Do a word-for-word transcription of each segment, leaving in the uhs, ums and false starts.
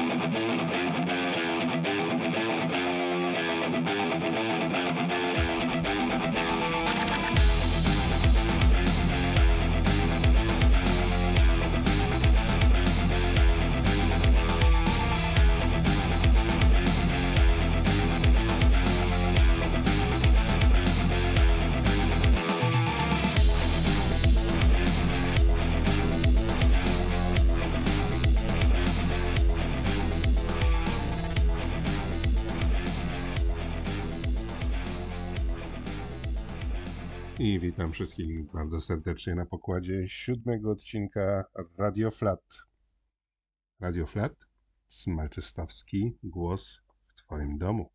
I witam wszystkich bardzo serdecznie na pokładzie siódmego odcinka Radio Flat. Radio Flat, smalczystowski głos w Twoim domu.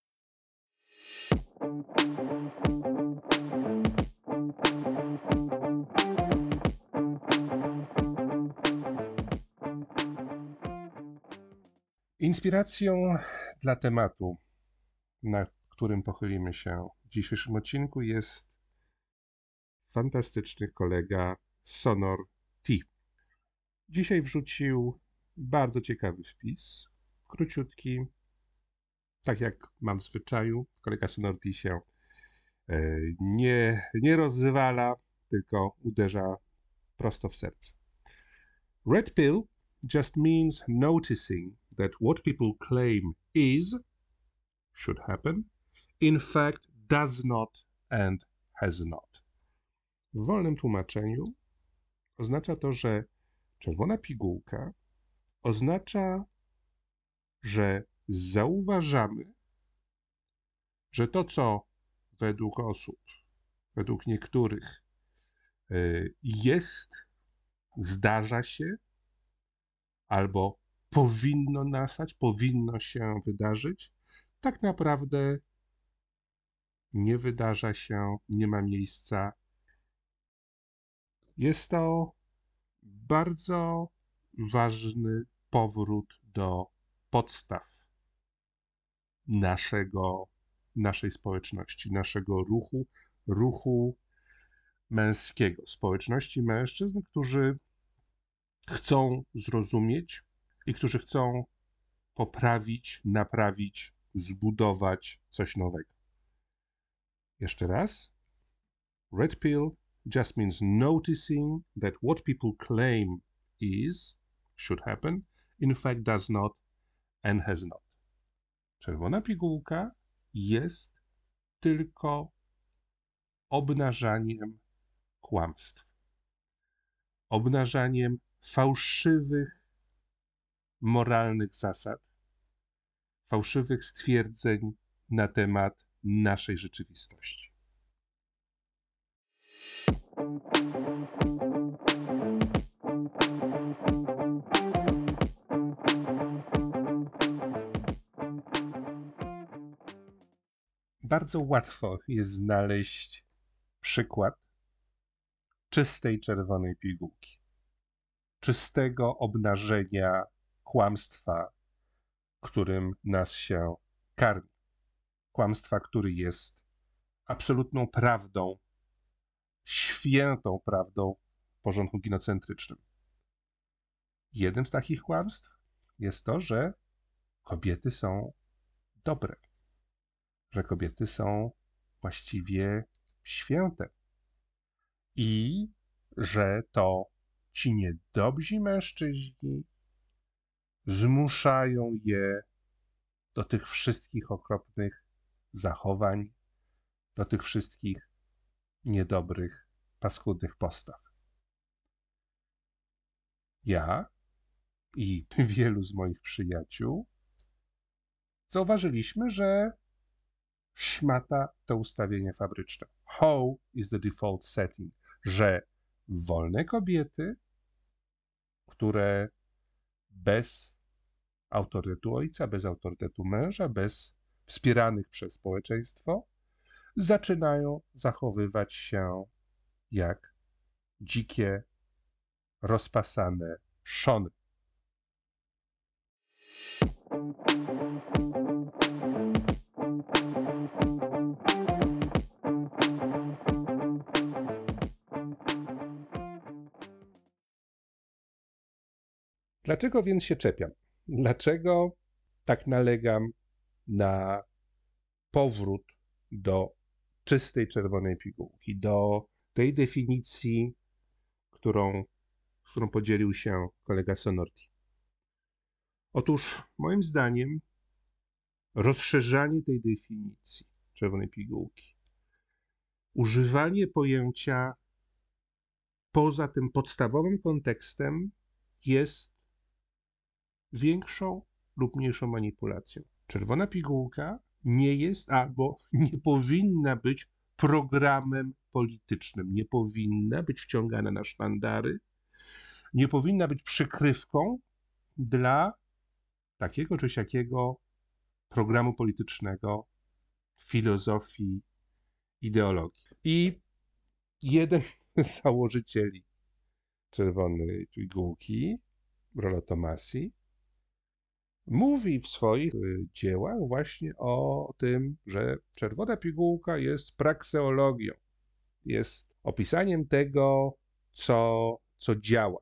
Inspiracją dla tematu, nad którym pochylimy się w dzisiejszym odcinku, jest fantastyczny kolega Sonor T. Dzisiaj wrzucił bardzo ciekawy wpis, króciutki, tak jak mam w zwyczaju. Kolega Sonor T się e, nie, nie rozwala, tylko uderza prosto w serce. Red pill just means noticing that what people claim is, should happen, in fact does not and has not. W wolnym tłumaczeniu oznacza to, że czerwona pigułka oznacza, że zauważamy, że to, co według osób, według niektórych jest, zdarza się, albo powinno nastać, powinno się wydarzyć, tak naprawdę nie wydarza się, nie ma miejsca. Jest to bardzo ważny powrót do podstaw naszego, naszej społeczności, naszego ruchu, ruchu męskiego, społeczności mężczyzn, którzy chcą zrozumieć i którzy chcą poprawić, naprawić, zbudować coś nowego. Jeszcze raz. Red pill just means noticing that what people claim is, should happen, in fact does not and has not. Czerwona pigułka jest tylko obnażaniem kłamstw, obnażaniem fałszywych moralnych zasad, fałszywych stwierdzeń na temat naszej rzeczywistości. Bardzo łatwo jest znaleźć przykład czystej czerwonej pigułki, czystego obnażenia kłamstwa, którym nas się karmi. Kłamstwa, który jest absolutną prawdą, świętą prawdą w porządku ginocentrycznym. Jednym z takich kłamstw jest to, że kobiety są dobre, że kobiety są właściwie święte i że to ci niedobrzy mężczyźni zmuszają je do tych wszystkich okropnych zachowań, do tych wszystkich niedobrych, paskudnych postaw. Ja i wielu z moich przyjaciół zauważyliśmy, że szmata to ustawienie fabryczne. How is the default setting? Że wolne kobiety, które bez autorytetu ojca, bez autorytetu męża, bez wspieranych przez społeczeństwo, zaczynają zachowywać się jak dzikie, rozpasane szony. Dlaczego więc się czepiam? Dlaczego tak nalegam na powrót do czystej czerwonej pigułki, do tej definicji, którą, z którą podzielił się kolega Sonorti? Otóż moim zdaniem rozszerzanie tej definicji czerwonej pigułki, używanie pojęcia poza tym podstawowym kontekstem jest większą lub mniejszą manipulacją. Czerwona pigułka nie jest albo nie powinna być programem politycznym, nie powinna być wciągana na sztandary, nie powinna być przykrywką dla takiego czy siakiego programu politycznego, filozofii, ideologii. I jeden z założycieli czerwonej pigułki, Rollo Tomassi, mówi w swoich dziełach właśnie o tym, że czerwona pigułka jest prakseologią, jest opisaniem tego, co, co działa.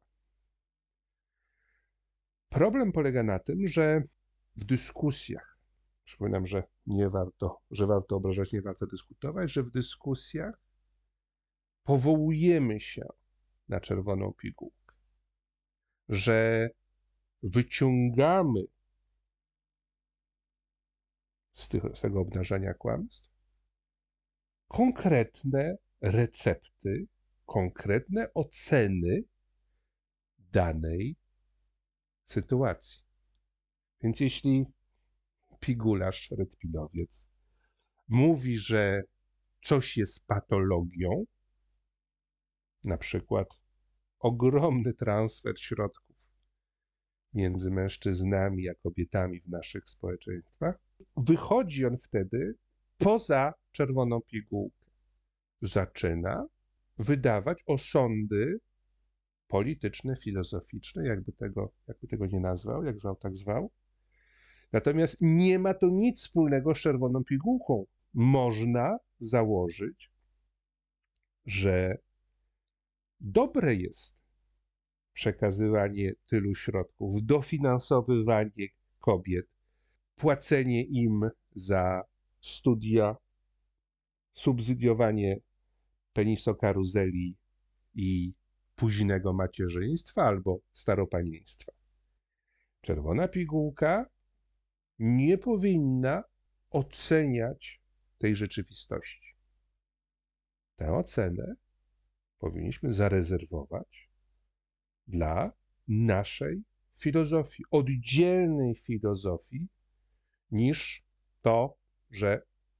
Problem polega na tym, że w dyskusjach, przypominam, że nie warto, że warto obrażać, nie warto dyskutować, że w dyskusjach powołujemy się na czerwoną pigułkę, że wyciągamy z, tych, z tego obnażania kłamstw konkretne recepty, konkretne oceny danej sytuacji. Więc jeśli pigularz, redpilowiec mówi, że coś jest patologią, na przykład ogromny transfer środków między mężczyznami a kobietami w naszych społeczeństwach, wychodzi on wtedy poza czerwoną pigułkę. Zaczyna wydawać osądy polityczne, filozoficzne, jakby tego, jakby tego nie nazwał, jak zwał, tak zwał. Natomiast nie ma to nic wspólnego z czerwoną pigułką. Można założyć, że dobre jest przekazywanie tylu środków, dofinansowywanie kobiet, płacenie im za studia, subsydiowanie penisokaruzeli i późnego macierzyństwa albo staropanieństwa. Czerwona pigułka nie powinna oceniać tej rzeczywistości. Tę ocenę powinniśmy zarezerwować dla naszej filozofii, oddzielnej filozofii niż to, że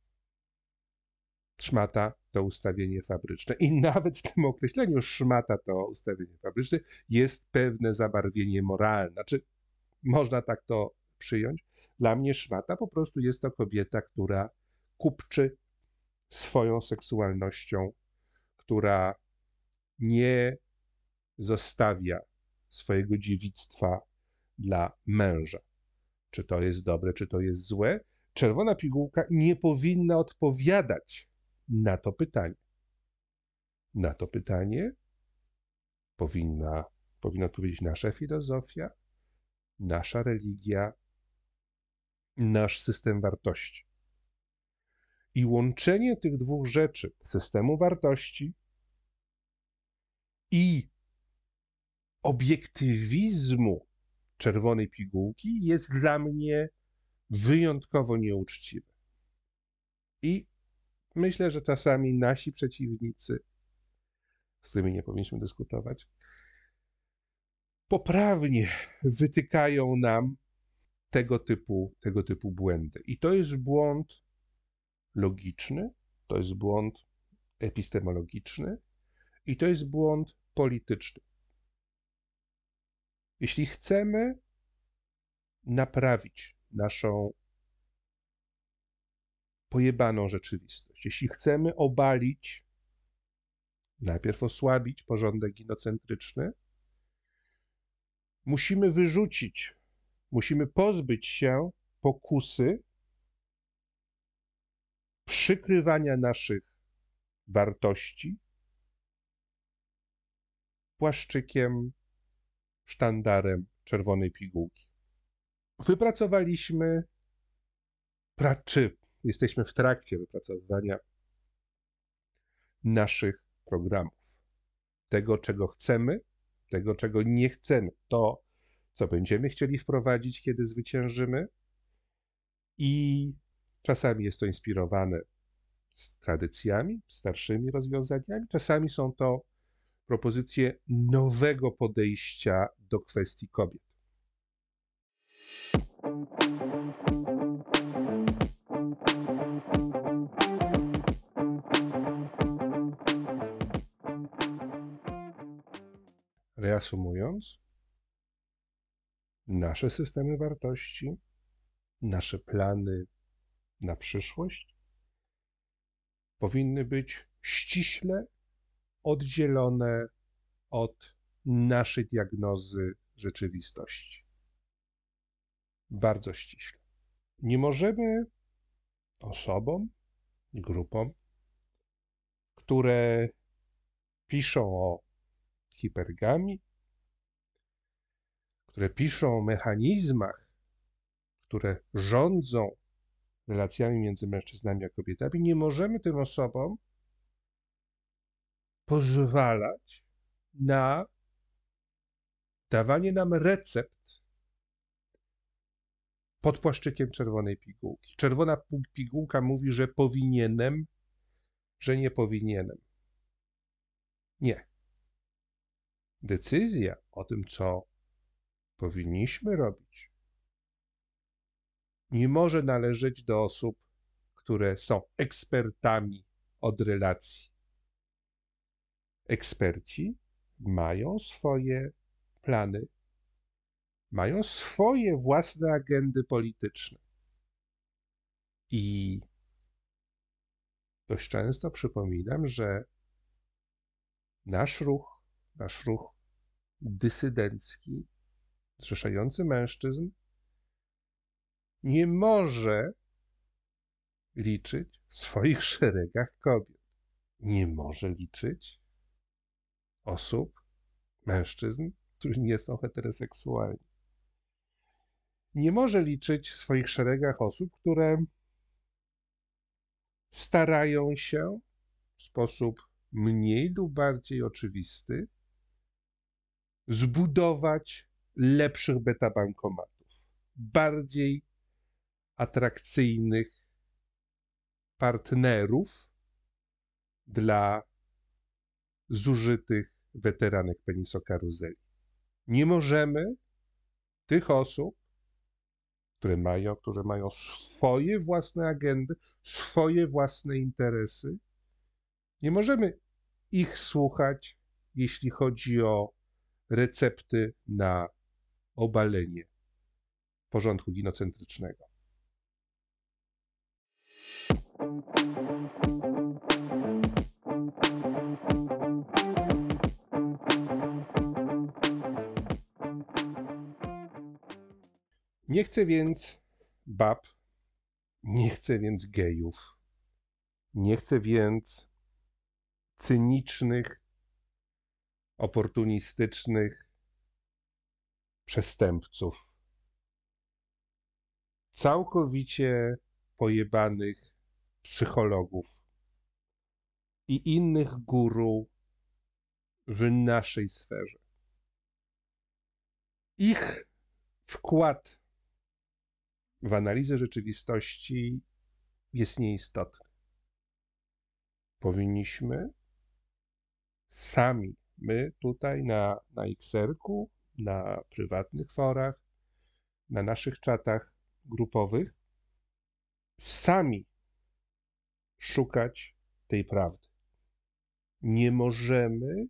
szmata to ustawienie fabryczne. I nawet w tym określeniu szmata to ustawienie fabryczne jest pewne zabarwienie moralne. Znaczy, można tak to przyjąć. Dla mnie szmata po prostu jest to kobieta, która kupczy swoją seksualnością, która nie zostawia swojego dziewictwa dla męża. Czy to jest dobre, czy to jest złe? Czerwona pigułka nie powinna odpowiadać na to pytanie. Na to pytanie powinna, powinna odpowiedzieć nasza filozofia, nasza religia, nasz system wartości. I łączenie tych dwóch rzeczy, systemu wartości i obiektywizmu czerwonej pigułki, jest dla mnie wyjątkowo nieuczciwe. I myślę, że czasami nasi przeciwnicy, z którymi nie powinniśmy dyskutować, poprawnie wytykają nam tego typu, tego typu błędy. I to jest błąd logiczny, to jest błąd epistemologiczny i to jest błąd polityczny. Jeśli chcemy naprawić naszą pojebaną rzeczywistość, jeśli chcemy obalić, najpierw osłabić porządek ginocentryczny, musimy wyrzucić, musimy pozbyć się pokusy przykrywania naszych wartości płaszczykiem, sztandarem czerwonej pigułki. Wypracowaliśmy, pra, czy jesteśmy w trakcie wypracowywania naszych programów. Tego, czego chcemy, tego, czego nie chcemy. To, co będziemy chcieli wprowadzić, kiedy zwyciężymy. I czasami jest to inspirowane z tradycjami, starszymi rozwiązaniami. Czasami są to propozycje nowego podejścia do kwestii kobiet. Reasumując, nasze systemy wartości, nasze plany na przyszłość powinny być ściśle oddzielone od naszej diagnozy rzeczywistości. Bardzo ściśle. Nie możemy osobom, grupom, które piszą o hipergamii, które piszą o mechanizmach, które rządzą relacjami między mężczyznami a kobietami, nie możemy tym osobom pozwalać na dawanie nam recept pod płaszczykiem czerwonej pigułki. Czerwona pigułka mówi, że powinienem, że nie powinienem. Nie. Decyzja o tym, co powinniśmy robić, nie może należeć do osób, które są ekspertami od relacji. Eksperci mają swoje plany, mają swoje własne agendy polityczne. I dość często przypominam, że nasz ruch, nasz ruch dysydencki, zrzeszający mężczyzn, nie może liczyć w swoich szeregach kobiet. Nie może liczyć osób, mężczyzn, którzy nie są heteroseksualni. Nie może liczyć w swoich szeregach osób, które starają się w sposób mniej lub bardziej oczywisty zbudować lepszych betabankomatów, bardziej atrakcyjnych partnerów dla zużytych weteranek penisokaruzeli. Nie możemy tych osób, które mają, które mają swoje własne agendy, swoje własne interesy, nie możemy ich słuchać, jeśli chodzi o recepty na obalenie porządku ginocentrycznego. Nie chcę więc bab, nie chcę więc gejów, nie chcę więc cynicznych, oportunistycznych przestępców, całkowicie pojebanych psychologów i innych guru w naszej sferze. Ich wkład w analizę rzeczywistości jest nieistotny. Powinniśmy sami, my tutaj na, na X R ku, na prywatnych forach, na naszych czatach grupowych, sami szukać tej prawdy. Nie możemy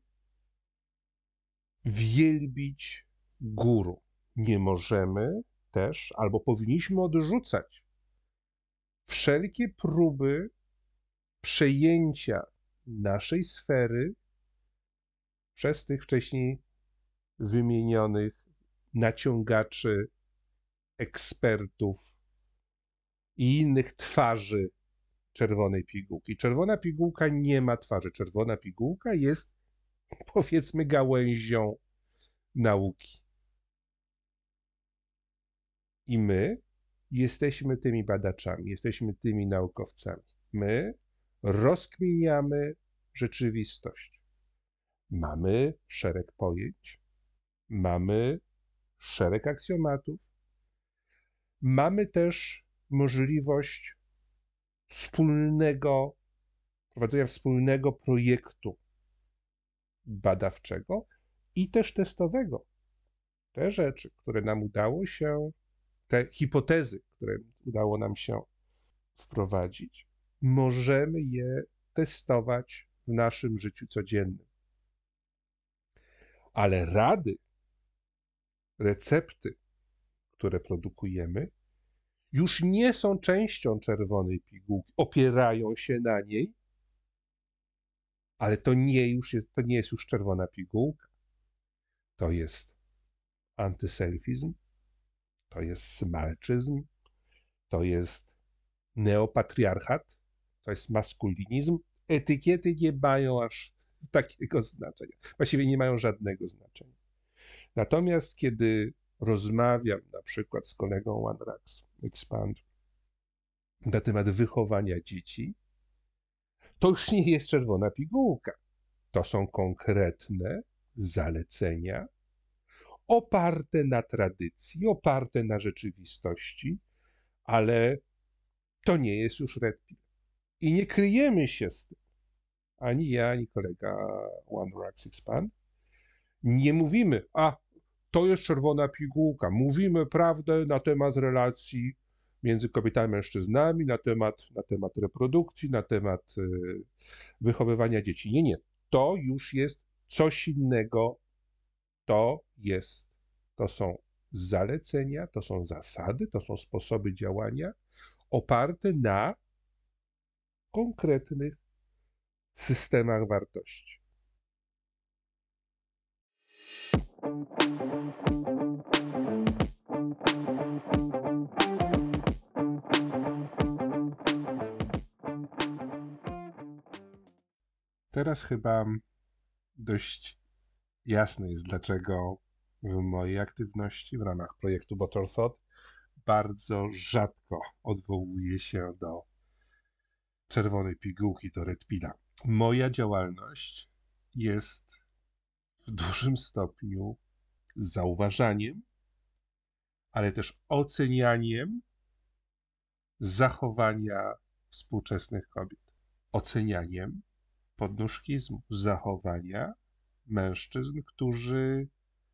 wielbić guru. Nie możemy też, albo powinniśmy odrzucać wszelkie próby przejęcia naszej sfery przez tych wcześniej wymienionych naciągaczy, ekspertów i innych twarzy czerwonej pigułki. Czerwona pigułka nie ma twarzy. Czerwona pigułka jest, powiedzmy, gałęzią nauki. I my jesteśmy tymi badaczami, jesteśmy tymi naukowcami. My rozkminiamy rzeczywistość. Mamy szereg pojęć, mamy szereg aksjomatów, mamy też możliwość wspólnego, prowadzenia wspólnego projektu badawczego i też testowego. Te rzeczy, które nam udało się, te hipotezy, które udało nam się wprowadzić, możemy je testować w naszym życiu codziennym. Ale rady, recepty, które produkujemy, już nie są częścią czerwonej pigułki, opierają się na niej, ale to nie, już jest, to nie jest już czerwona pigułka. To jest antyselfizm, to jest smalczyzm, to jest neopatriarchat, to jest maskulinizm. Etykiety nie mają aż takiego znaczenia. Właściwie nie mają żadnego znaczenia. Natomiast kiedy rozmawiam na przykład z kolegą One Racks Expand na temat wychowania dzieci, to już nie jest czerwona pigułka. To są konkretne zalecenia oparte na tradycji, oparte na rzeczywistości, ale to nie jest już red pill. I nie kryjemy się z tym. Ani ja, ani kolega One Racks Expand. Nie mówimy, a to jest czerwona pigułka. Mówimy prawdę na temat relacji między kobietami a mężczyznami, na temat, na temat reprodukcji, na temat y, wychowywania dzieci. Nie, nie. To już jest coś innego. To jest, to są zalecenia, to są zasady, to są sposoby działania oparte na konkretnych systemach wartości. Teraz chyba dość jasne jest, dlaczego w mojej aktywności w ramach projektu Bottle Thought bardzo rzadko odwołuję się do czerwonej pigułki, do red pilla. Moja działalność jest w dużym stopniu zauważaniem, ale też ocenianiem zachowania współczesnych kobiet. Ocenianiem podnóżkizmu, zachowania mężczyzn, którzy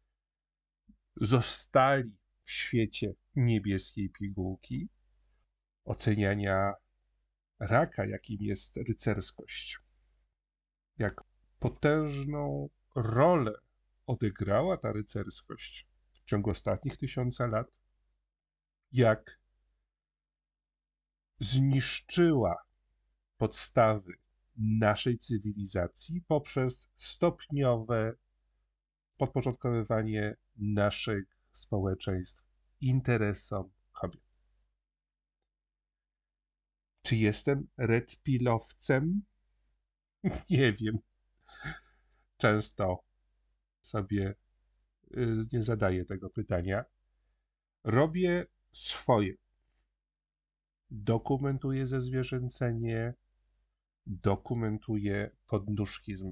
zostali w świecie niebieskiej pigułki, oceniania raka, jakim jest rycerskość. Jak potężną rolę odegrała ta rycerskość w ciągu ostatnich tysiąca lat, jak zniszczyła podstawy naszej cywilizacji poprzez stopniowe podporządkowywanie naszych społeczeństw interesom kobiet. Czy jestem red pillowcem? Nie wiem. Często sobie y, nie zadaję tego pytania. Robię swoje. Dokumentuję zezwierzęcenie, dokumentuję podnóżkizm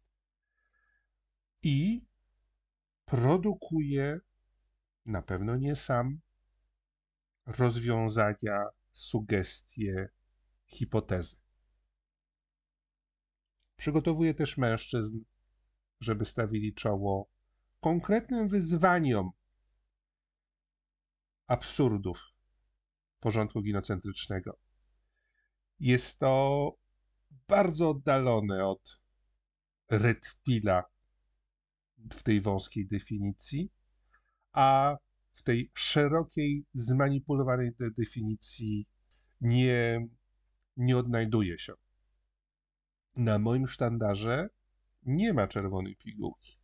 i produkuję, na pewno nie sam, rozwiązania, sugestie, hipotezy. Przygotowuję też mężczyzn, żeby stawili czoło konkretnym wyzwaniom absurdów porządku ginocentrycznego. Jest to bardzo oddalone od red pilla w tej wąskiej definicji, a w tej szerokiej, zmanipulowanej de- definicji nie, nie odnajduje się. Na moim sztandarze nie ma czerwonej pigułki.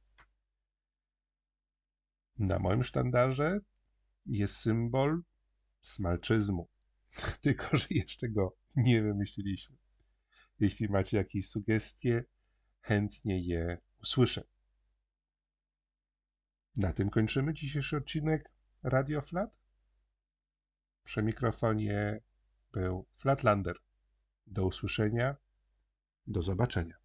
Na moim sztandarze jest symbol smalczyzmu, tylko że jeszcze go nie wymyśliliśmy. Jeśli macie jakieś sugestie, chętnie je usłyszę. Na tym kończymy dzisiejszy odcinek Radio Flat. Przy mikrofonie był Flatlander. Do usłyszenia, do zobaczenia.